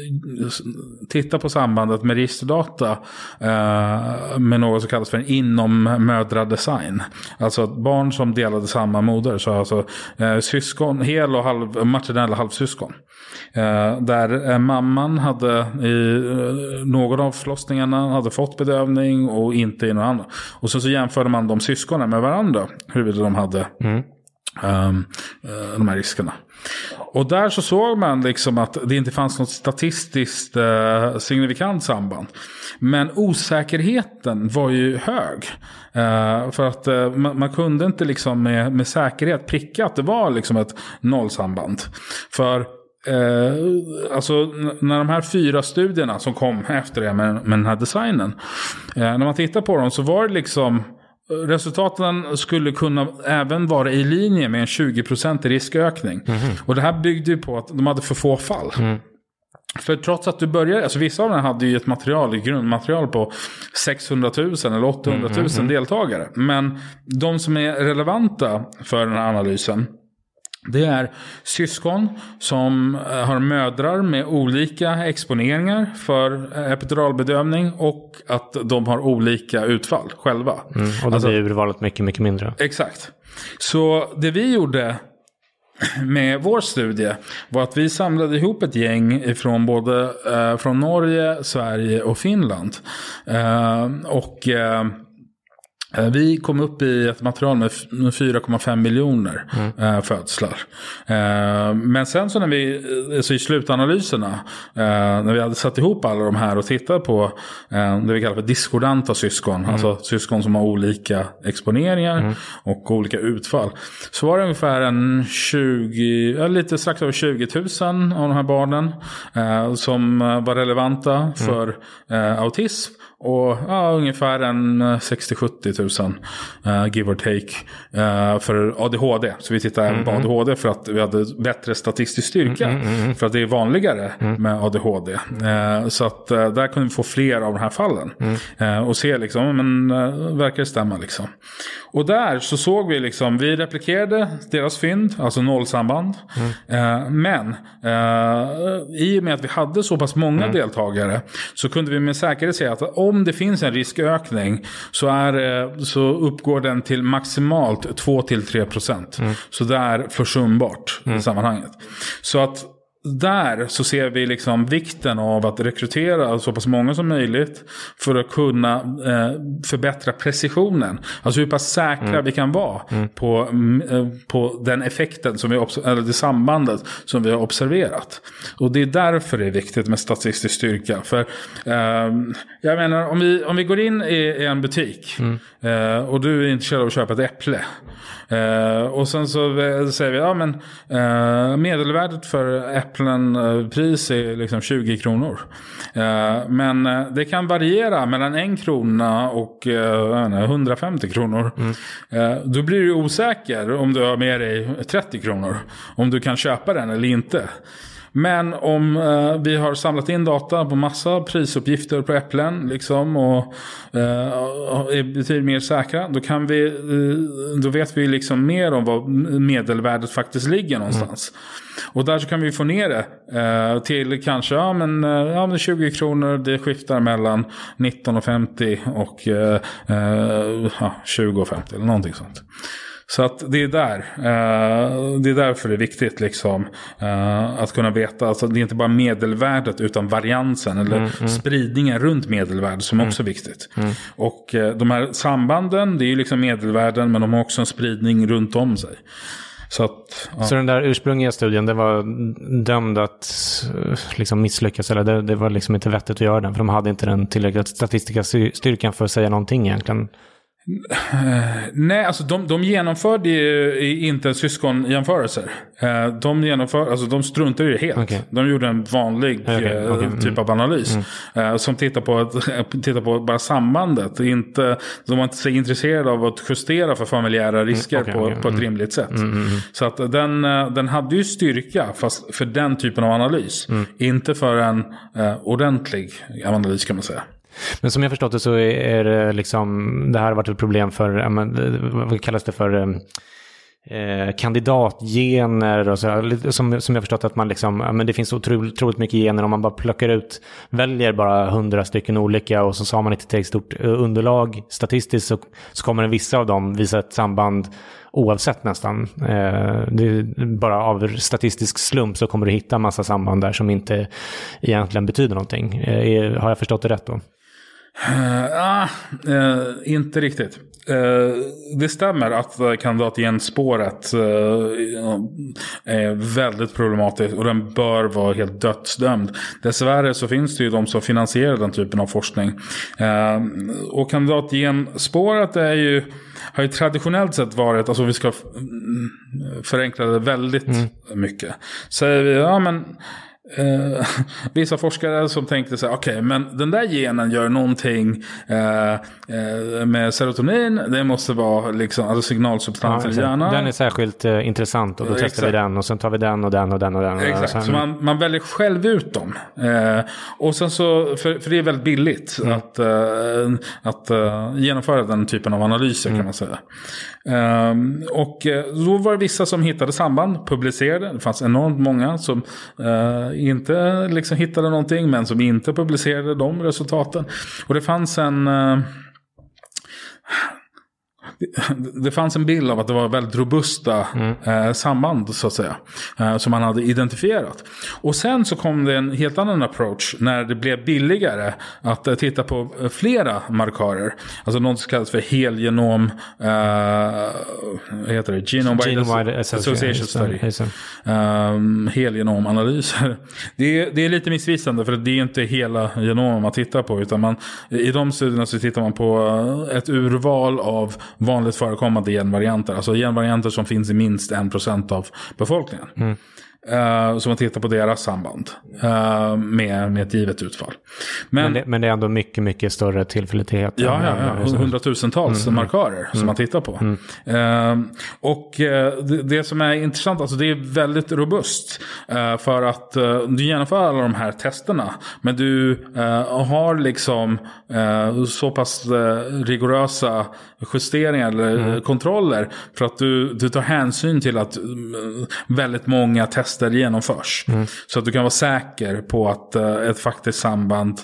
B: titta på sambandet med registerdata uh, med något som kallas för en inommödradesign. Alltså att barn som delade samma moder, så alltså uh, syskon, hel och halv, maternella halvsyskon. Uh, där uh, mamman hade i uh, någon av förlossningarna hade fått bedövning och inte i någon annan. Och så, så jämförde man de syskonen med varandra, huruvida de hade mm. um, uh, de här riskerna. Och där så såg man liksom att det inte fanns något statistiskt uh, signifikant samband. Men osäkerheten var ju hög. Uh, för att uh, man, man kunde inte liksom med, med säkerhet pricka att det var liksom ett nollsamband. För Eh, alltså n- när de här fyra studierna som kom efter det med, med den här designen, eh, när man tittar på dem så var det liksom resultaten skulle kunna även vara i linje med en tjugo procent riskökning. Mm-hmm. Och det här byggde ju på att de hade för få fall. Mm. För trots att du börjar, alltså vissa av dem hade ju ett material, ett grundmaterial på sexhundratusen eller åttahundratusen mm-hmm. deltagare. Men de som är relevanta för den här analysen, det är syskon som har mödrar med olika exponeringar för epiduralbedövning och att de har olika utfall själva.
A: Mm, och då alltså, blir urvalet mycket, mycket mindre.
B: Exakt. Så det vi gjorde med vår studie var att vi samlade ihop ett gäng från både eh, från Norge, Sverige och Finland. Eh, och eh, vi kom upp i ett material med fyra komma fem miljoner mm. födslar. Men sen så när vi, så i slutanalyserna, när vi hade satt ihop alla de här och tittat på det vi kallar för diskordanta syskon, mm. alltså syskon som har olika exponeringar mm. och olika utfall, så var det ungefär en tjugo, lite strax över tjugo tusen av de här barnen som var relevanta för mm. autism. Och ja, ungefär en sextio till sjuttio tusen uh, give or take uh, för A D H D. Så vi tittar även mm-hmm. på A D H D för att vi hade bättre statistisk styrka. Mm-hmm. För att det är vanligare mm. med A D H D. Uh, så att uh, där kunde vi få fler av de här fallen. Mm. Uh, och se liksom, men uh, verkar det stämma liksom. Och där så såg vi liksom, vi replikerade deras fynd, alltså nollsamband. Mm. Uh, men uh, i och med att vi hade så pass många mm. deltagare så kunde vi med säkerhet säga att om det finns en riskökning så, är, så uppgår den till maximalt två till tre procent. Mm. Så det är försumbart mm. i sammanhanget. Så att där så ser vi liksom vikten av att rekrytera så pass många som möjligt för att kunna eh, förbättra precisionen. Alltså hur pass säkra mm. vi kan vara mm. på, eh, på den effekten som vi obs- eller det sambandet som vi har observerat. Och det är därför det är viktigt med statistisk styrka. För eh, jag menar, om vi, om vi går in i, i en butik mm. eh, och du är intresserad av att köpa ett äpple. Uh, och sen så säger vi ja men uh, medelvärdet för äpplen uh, pris är liksom tjugo kronor. Uh, men uh, det kan variera mellan en krona och uh, hundrafemtio kronor. Mm. Uh, då blir du osäker om du har med dig trettio kronor. Om du kan köpa den eller inte. Men om eh, vi har samlat in data på massa prisuppgifter på äpplen liksom, och eh, är betydligt mer säkra, då, kan vi, eh, då vet vi liksom mer om vad medelvärdet faktiskt ligger någonstans. Mm. Och där så kan vi få ner det eh, till kanske ja, men, ja, men tjugo kronor, det skiftar mellan nitton och femtio och eh, eh, tjugo och femtio eller någonting sånt. Så att det är där uh, det är därför det är viktigt liksom, uh, att kunna veta, alltså det är inte bara medelvärdet utan variansen eller mm, mm. spridningen runt medelvärdet som mm. också är viktigt. Mm. Och uh, de här sambanden, det är ju liksom medelvärden, men de har också en spridning runt om sig. Så, att, ja.
A: Så den där ursprungliga studien, det var dömd att liksom misslyckas, eller det, det var liksom inte vettigt att göra den, för de hade inte den tillräckliga statistiska styrkan för att säga någonting egentligen.
B: Nej, alltså de, de genomförde ju inte syskonjämförelser. De genomför, alltså de struntade ju helt. Okay. De gjorde en vanlig okay, okay. typ mm. av analys mm. som tittar på, tittar på bara sambandet. Inte, de var inte så intresserade av att justera för familjära risker mm. okay, på, okay. på ett rimligt sätt. Mm, mm, mm. Så att den, den hade ju styrka fast för den typen av analys. Mm. Inte för en uh, ordentlig analys kan man säga.
A: Men som jag förstått det så är det liksom, det här har varit ett problem för, vad kallas det för, eh, kandidatgener och så, som, som jag förstått att man liksom, men det finns otroligt, otroligt mycket gener om man bara plockar ut, väljer bara hundra stycken olika och så har man inte tillräckligt stort underlag statistiskt, så, så kommer en vissa av dem visa ett samband oavsett nästan. Eh, det är bara av statistisk slump så kommer du hitta en massa samband där som inte egentligen betyder någonting. Eh, har jag förstått det rätt då?
B: Uh, ah, uh, inte riktigt. Uh, det stämmer att kandidatgenspåret uh, är väldigt problematiskt och den bör vara helt dödsdömd. Dessvärre så finns det ju de som finansierar den typen av forskning. Uh, och kandidatgenspåret är ju, har ju traditionellt sett varit, alltså vi ska förenkla det väldigt mm. mycket. Säger vi, ja men Uh, vissa forskare som tänkte så här, okej, okay, men den där genen gör någonting uh, uh, med serotonin, det måste vara liksom, alltså signalsubstanser ja, i hjärnan.
A: Den är särskilt uh, intressant och då uh, testar exakt. vi den och sen tar vi den och den och den och den.
B: Exakt,
A: sen...
B: så man, man väljer själv ut dem. Uh, och sen så, för, för det är väldigt billigt mm. att, uh, att uh, genomföra den typen av analyser mm. kan man säga. Um, och då var det vissa som hittade samband, publicerade. Det fanns enormt många som uh, inte liksom hittade någonting, men som inte publicerade de resultaten. Och det fanns en uh, det fanns en bild av att det var väldigt robusta mm. eh, samband så att säga, eh, som man hade identifierat. Och sen så kom det en helt annan approach när det blev billigare att eh, titta på eh, flera markörer. Alltså något som kallas för helgenom eh, vad heter det? Genome-wide Association Study. Um, helgenomanalyser. Det är, det är lite missvisande, för det är inte hela genom man tittar på, utan man, i de studierna så tittar man på ett urval av vanligt förekommande genvarianter. Alltså genvarianter som finns i minst en procent av befolkningen. Mm. Uh, så man tittar på deras samband uh, med, med ett givet utfall. Men,
A: men, det, men det är ändå mycket, mycket större tillförlitlighet.
B: Ja, ja, ja. Hundratusentals mm, markörer mm, som man tittar på. Mm. Uh, och uh, det, det som är intressant, alltså det är väldigt robust. Uh, för att uh, du genomför alla de här testerna, men du uh, har liksom uh, så pass uh, rigorösa justeringar eller mm. kontroller, för att du, du tar hänsyn till att uh, väldigt många tester tester genomförs. Mm. Så att du kan vara säker på att uh, ett faktiskt samband,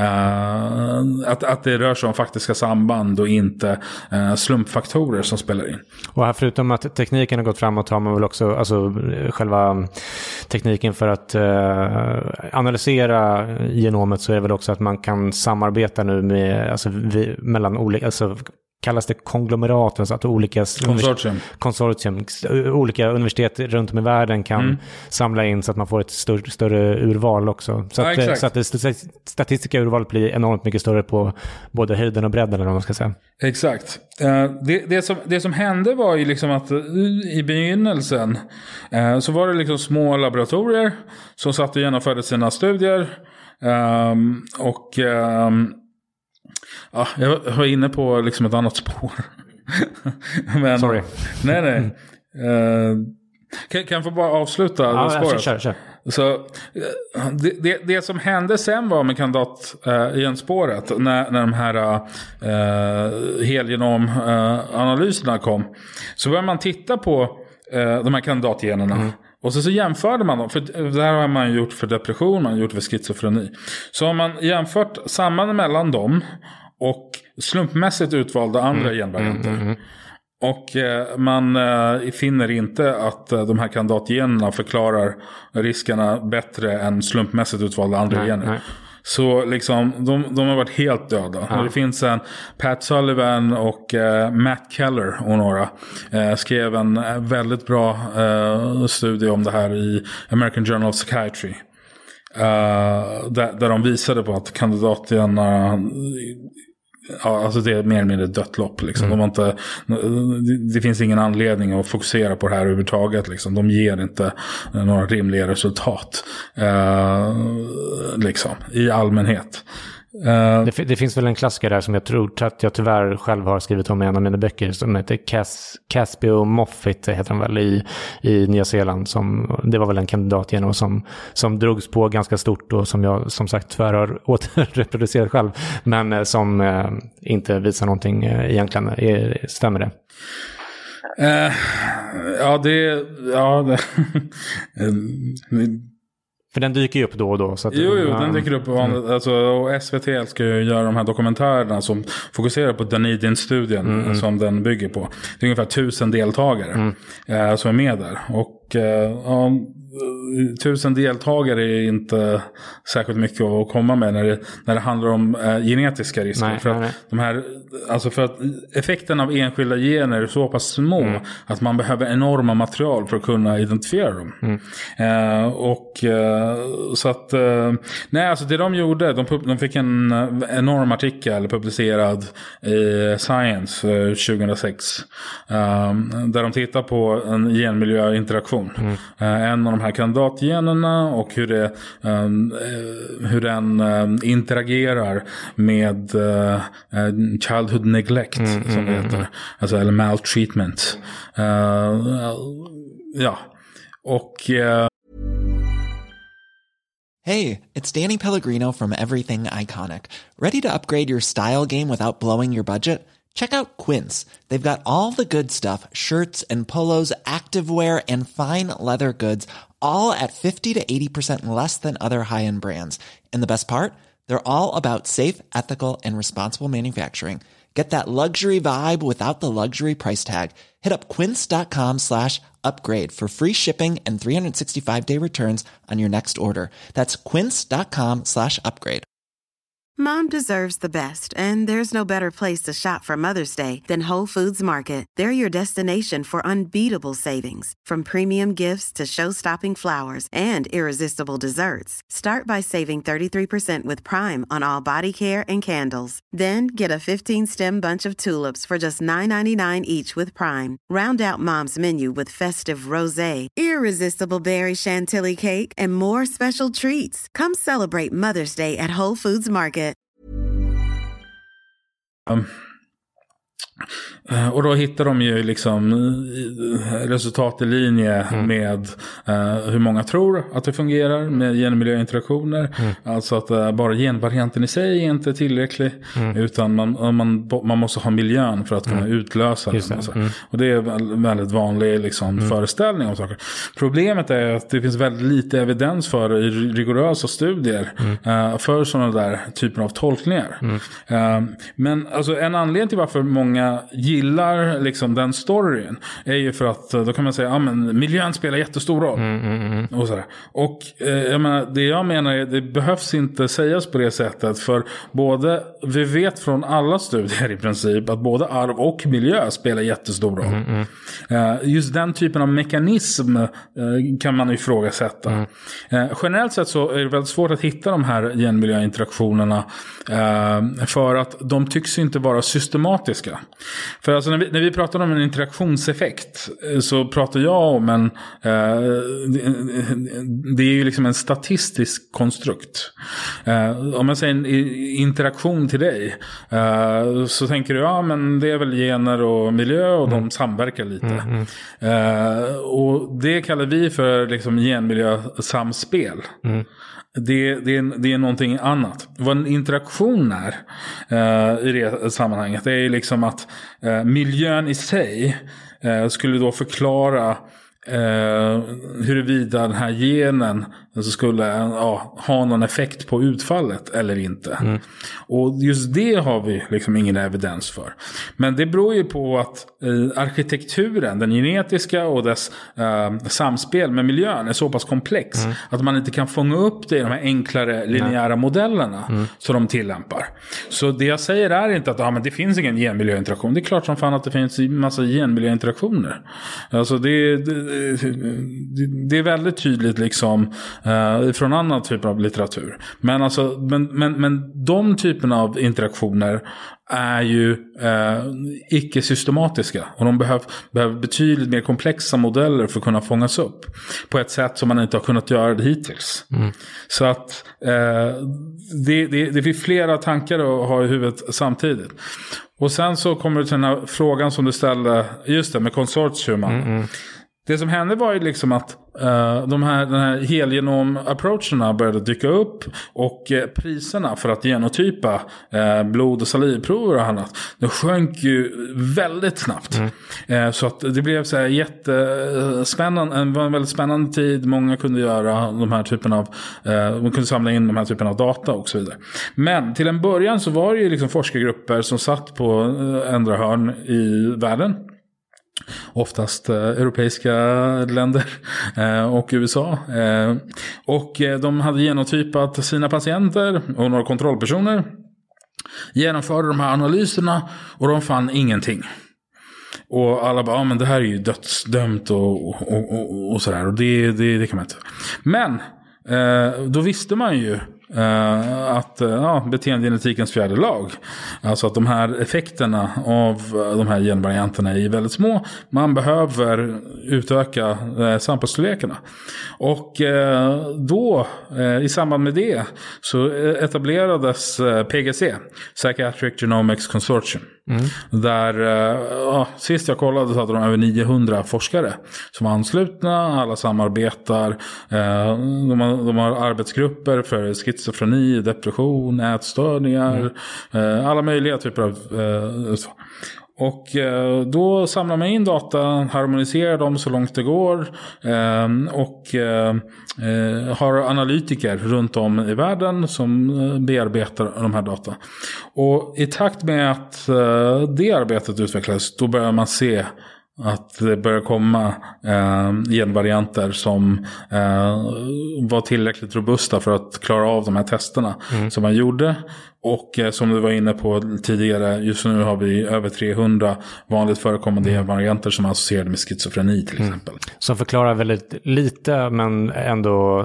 B: uh, att, att det rör sig om faktiska samband och inte uh, slumpfaktorer som spelar in.
A: Och här förutom att tekniken har gått framåt har man väl också alltså, själva tekniken för att uh, analysera genomet, så är det väl också att man kan samarbeta nu med, alltså, vi, mellan olika, alltså, kallas det konglomerat, alltså att olika
B: konsortium.
A: konsortium, olika universitet runt om i världen kan mm. samla in så att man får ett större, större urval också. Så, ja, att, så att det statistiska urvalet blir enormt mycket större på både höjden och bredden, eller vad man ska säga.
B: Exakt. Uh, det, det, som, det som hände var ju liksom att uh, i begynnelsen uh, så var det liksom små laboratorier som satt och genomförde sina studier. Um, och um, ja, jag var inne på liksom ett annat spår. Men,
A: sorry.
B: Nej, nej. Uh, kan, kan jag få bara avsluta
A: ja,
B: spåret?
A: Kör, kör.
B: Så, det, det, det som hände sen var med kandidatgenspåret, uh, när, när de här uh, helgenomanalyserna uh, kom, så började man titta på uh, de här kandidatgenerna. Mm. Och så, så jämförde man dem, för det här har man gjort för depression, man har gjort för schizofreni. Så har man jämfört sambanden mellan dem och slumpmässigt utvalda andra mm, genvarianter. Mm, mm, och eh, man eh, finner inte att eh, de här kandidatgenerna förklarar riskerna bättre än slumpmässigt utvalda andra nej, gener. Nej. Så liksom, de, de har varit helt döda. Ja. Det finns en Pat Sullivan och eh, Matt Keller och några eh, skrev en väldigt bra eh, studie om det här i American Journal of Psychiatry. Eh, där, där de visade på att kandidaterna, ja, alltså det är mer eller mindre dött lopp liksom. Mm. De har inte, det finns ingen anledning att fokusera på det här överhuvudtaget liksom. De ger inte några rimliga resultat eh, liksom, i allmänhet. Uh,
A: det, det finns väl en klassiker där som jag tror att jag tyvärr själv har skrivit om i en av mina böcker, som heter Cas, Caspio Moffitt heter han väl, i, i Nya Zeeland. Som, det var väl en kandidat genom som, som drogs på ganska stort och som jag som sagt tyvärr har återreproducerat själv, men eh, som eh, inte visar någonting eh, egentligen. Är, stämmer det?
B: Uh, ja, det... Ja, det
A: För den dyker ju upp då och då. Så att,
B: jo, jo,
A: ja.
B: den dyker upp. Mm. Alltså, och S V T älskar ju göra de här dokumentärerna som fokuserar på Dunedin-studien mm. som den bygger på. Det är ungefär tusen deltagare mm. eh, som är med där. Och eh, ja, tusen deltagare är inte särskilt mycket att komma med när det, när det handlar om eh, genetiska risker. Nej, för, att nej, nej. De här, alltså för att effekten av enskilda gener är så pass små mm. att man behöver enorma material för att kunna identifiera dem. Mm. Eh, och eh, så att eh, nej, alltså det de gjorde, de, de fick en enorm artikel publicerad i Science eh, tjugohundrasex eh, där de tittar på en genmiljöinteraktion. Mm. Eh, en av de här kandidatgenerna och hur, det, um, hur den um, interagerar med uh, childhood neglect mm, som det heter. Mm. Alltså, eller maltreatment. Uh, uh, ja. Och... Uh...
I: Hey, it's Danny Pellegrino from Everything Iconic. Ready to upgrade your style game without blowing your budget? Check out Quince. They've got all the good stuff, shirts and polos, activewear, and fine leather goods, all at fifty to eighty percent less than other high-end brands. And the best part? They're all about safe, ethical, and responsible manufacturing. Get that luxury vibe without the luxury price tag. Hit up quince.com slash upgrade for free shipping and three sixty-five day returns on your next order. That's quince.com slash upgrade.
J: Mom deserves the best, and there's no better place to shop for Mother's Day than Whole Foods Market. They're your destination for unbeatable savings, from premium gifts to show-stopping flowers and irresistible desserts. Start by saving thirty-three percent with Prime on all body care and candles. Then get a fifteen-stem bunch of tulips for just nine ninety-nine each with Prime. Round out Mom's menu with festive rosé, irresistible berry chantilly cake, and more special treats. Come celebrate Mother's Day at Whole Foods Market.
B: Um, Och då hittar de ju liksom resultat i linje mm. med uh, hur många tror att det fungerar med genmiljöinteraktioner. Mm. Alltså att uh, bara genvarianten i sig är inte tillräcklig. Mm. Utan man, man, man måste ha miljön för att kunna mm. utlösa den. Alltså. Mm. Och det är en väldigt vanlig liksom, mm. föreställning om saker. Problemet är att det finns väldigt lite evidens för i rigorösa studier mm. uh, för sådana där typer av tolkningar. Mm. Uh, men alltså, en anledning till varför många gillar liksom den storyn är ju för att då kan man säga, ja men miljön spelar jättestor roll. Mm, mm, mm. Och sådär. Och eh, jag menar, det jag menar är, det behövs inte sägas på det sättet, för både, vi vet från alla studier i princip att både arv och miljö spelar jättestor roll. Mm, mm. Eh, just den typen av mekanism eh, kan man ifrågasätta. Mm. Eh, generellt sett så är det väldigt svårt att hitta de här genmiljöinteraktionerna eh, för att de tycks inte vara systematiska. För alltså när vi, när vi pratar om en interaktionseffekt så pratar jag om en eh, det är ju liksom en statistisk konstrukt. Eh, om man säger en interaktion till dig eh, så tänker du, ja men det är väl gener och miljö och mm. de samverkar lite. Mm, mm. Eh, och det kallar vi för liksom genmiljösamspel. Mm. Det, det, är, det är någonting annat. Vad en interaktion är uh, i det sammanhanget, det är liksom att uh, miljön i sig uh, skulle då förklara Uh, huruvida den här genen alltså skulle uh, ha någon effekt på utfallet eller inte. Mm. Och just det har vi liksom ingen evidens för. Men det beror ju på att uh, arkitekturen, den genetiska och dess uh, samspel med miljön är så pass komplex mm. att man inte kan fånga upp det i de här enklare linjära mm. modellerna mm. som de tillämpar. Så det jag säger är inte att ah, men det finns ingen genmiljöinteraktion. Det är klart som fan att det finns en massa genmiljöinteraktioner. Alltså det, det det är väldigt tydligt liksom uh, från annan typ av litteratur. Men, alltså, men, men, men de typerna av interaktioner är ju uh, icke-systematiska. Och de behöver, behöver betydligt mer komplexa modeller för att kunna fångas upp på ett sätt som man inte har kunnat göra det hittills. Mm. Så att uh, det, det, det finns flera tankar att ha i huvudet samtidigt. Och sen så kommer du till den här frågan som du ställde, just det, med konsortium. Mm, mm. Det som hände var ju liksom att uh, de här, den här helgenom-approacherna började dyka upp och uh, priserna för att genotypa uh, blod- och salivprover och annat, det sjönk ju väldigt snabbt. Mm. Uh, så att det blev så här jättespännande, en, en väldigt spännande tid. Många kunde göra de här typen av, uh, man kunde samla in de här typen av data och så vidare. Men till en början så var det ju liksom forskargrupper som satt på uh, andra hörn i världen. Oftast eh, europeiska länder eh, och U S A. Eh, och eh, de hade genotypat sina patienter och några kontrollpersoner. Genomförde de här analyserna och de fann ingenting. Och alla bara, ja men det här är ju dödsdömt och, och, och, och sådär. Och det, det, det kan man inte. Men eh, då visste man ju Uh, att uh, ja, beteendegenetikens fjärde lag, alltså att de här effekterna av uh, de här genvarianterna är väldigt små. Man behöver utöka uh, samtalsstorlekarna. Och uh, då uh, i samband med det så etablerades uh, P G C, Psychiatric Genomics Consortium. Mm. Där uh, sist jag kollade så hade de över niohundra forskare som var anslutna. Alla samarbetar. Uh, de, har, de har arbetsgrupper för schizofreni, depression, ätstörningar, mm. uh, alla möjliga typer av uh, så. Och eh, då samlar man in data, harmoniserar dem så långt det går eh, och eh, har analytiker runt om i världen som eh, bearbetar de här data. Och i takt med att eh, det arbetet utvecklas, då börjar man se att det börjar komma eh, genvarianter som eh, var tillräckligt robusta för att klara av de här testerna mm. som man gjorde. Och eh, som du var inne på tidigare, just nu har vi över trehundra vanligt förekommande mm. varianter som är associerade med schizofreni till exempel. Mm. Som
A: förklarar väldigt lite men ändå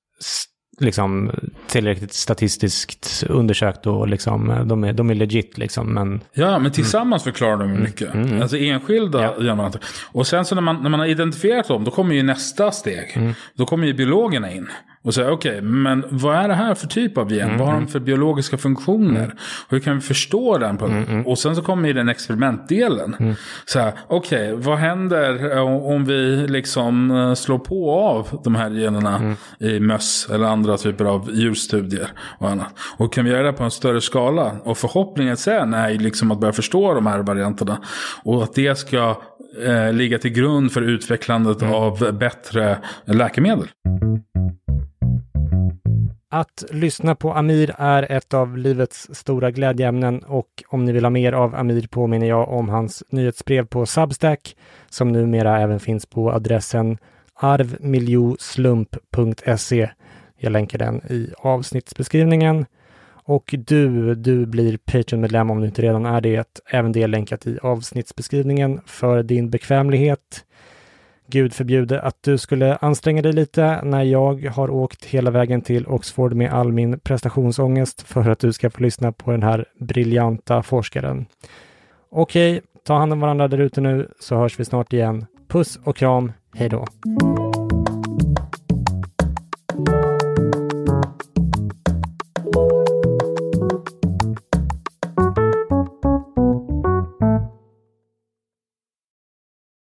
A: liksom tillräckligt statistiskt undersökt och liksom de är, de är legit liksom, men
B: ja, men tillsammans mm. förklarar de mycket. Mm, mm. Alltså enskilda ja. genvarianter. Och sen så när man, när man har identifierat dem, då kommer ju nästa steg. Mm. Då kommer ju biologerna in. Och säga, okej, okay, men vad är det här för typ av gen? Mm. Vad har de för biologiska funktioner? Mm. Hur kan vi förstå den? På mm, mm. Och sen så kommer ju den experimentdelen. Mm. Så här, okej, okay, vad händer om vi liksom slår på av de här generna mm. i möss eller andra typer av djurstudier och annat? Och kan vi göra det på en större skala? Och förhoppningen sen är liksom att börja förstå de här varianterna. Och att det ska eh, ligga till grund för utvecklandet mm. av bättre läkemedel.
A: Att lyssna på Amir är ett av livets stora glädjeämnen, och om ni vill ha mer av Amir påminner jag om hans nyhetsbrev på Substack som numera även finns på adressen arvmiljoslump punkt se. Jag länkar den i avsnittsbeskrivningen. Och du, du blir Patreon-medlem om du inte redan är det. Även det är länkat i avsnittsbeskrivningen för din bekvämlighet. Gud förbjude att du skulle anstränga dig lite när jag har åkt hela vägen till Oxford med all min prestationsångest för att du ska få lyssna på den här briljanta forskaren. Okej, ta hand om varandra där ute nu så hörs vi snart igen. Puss och kram, hej då!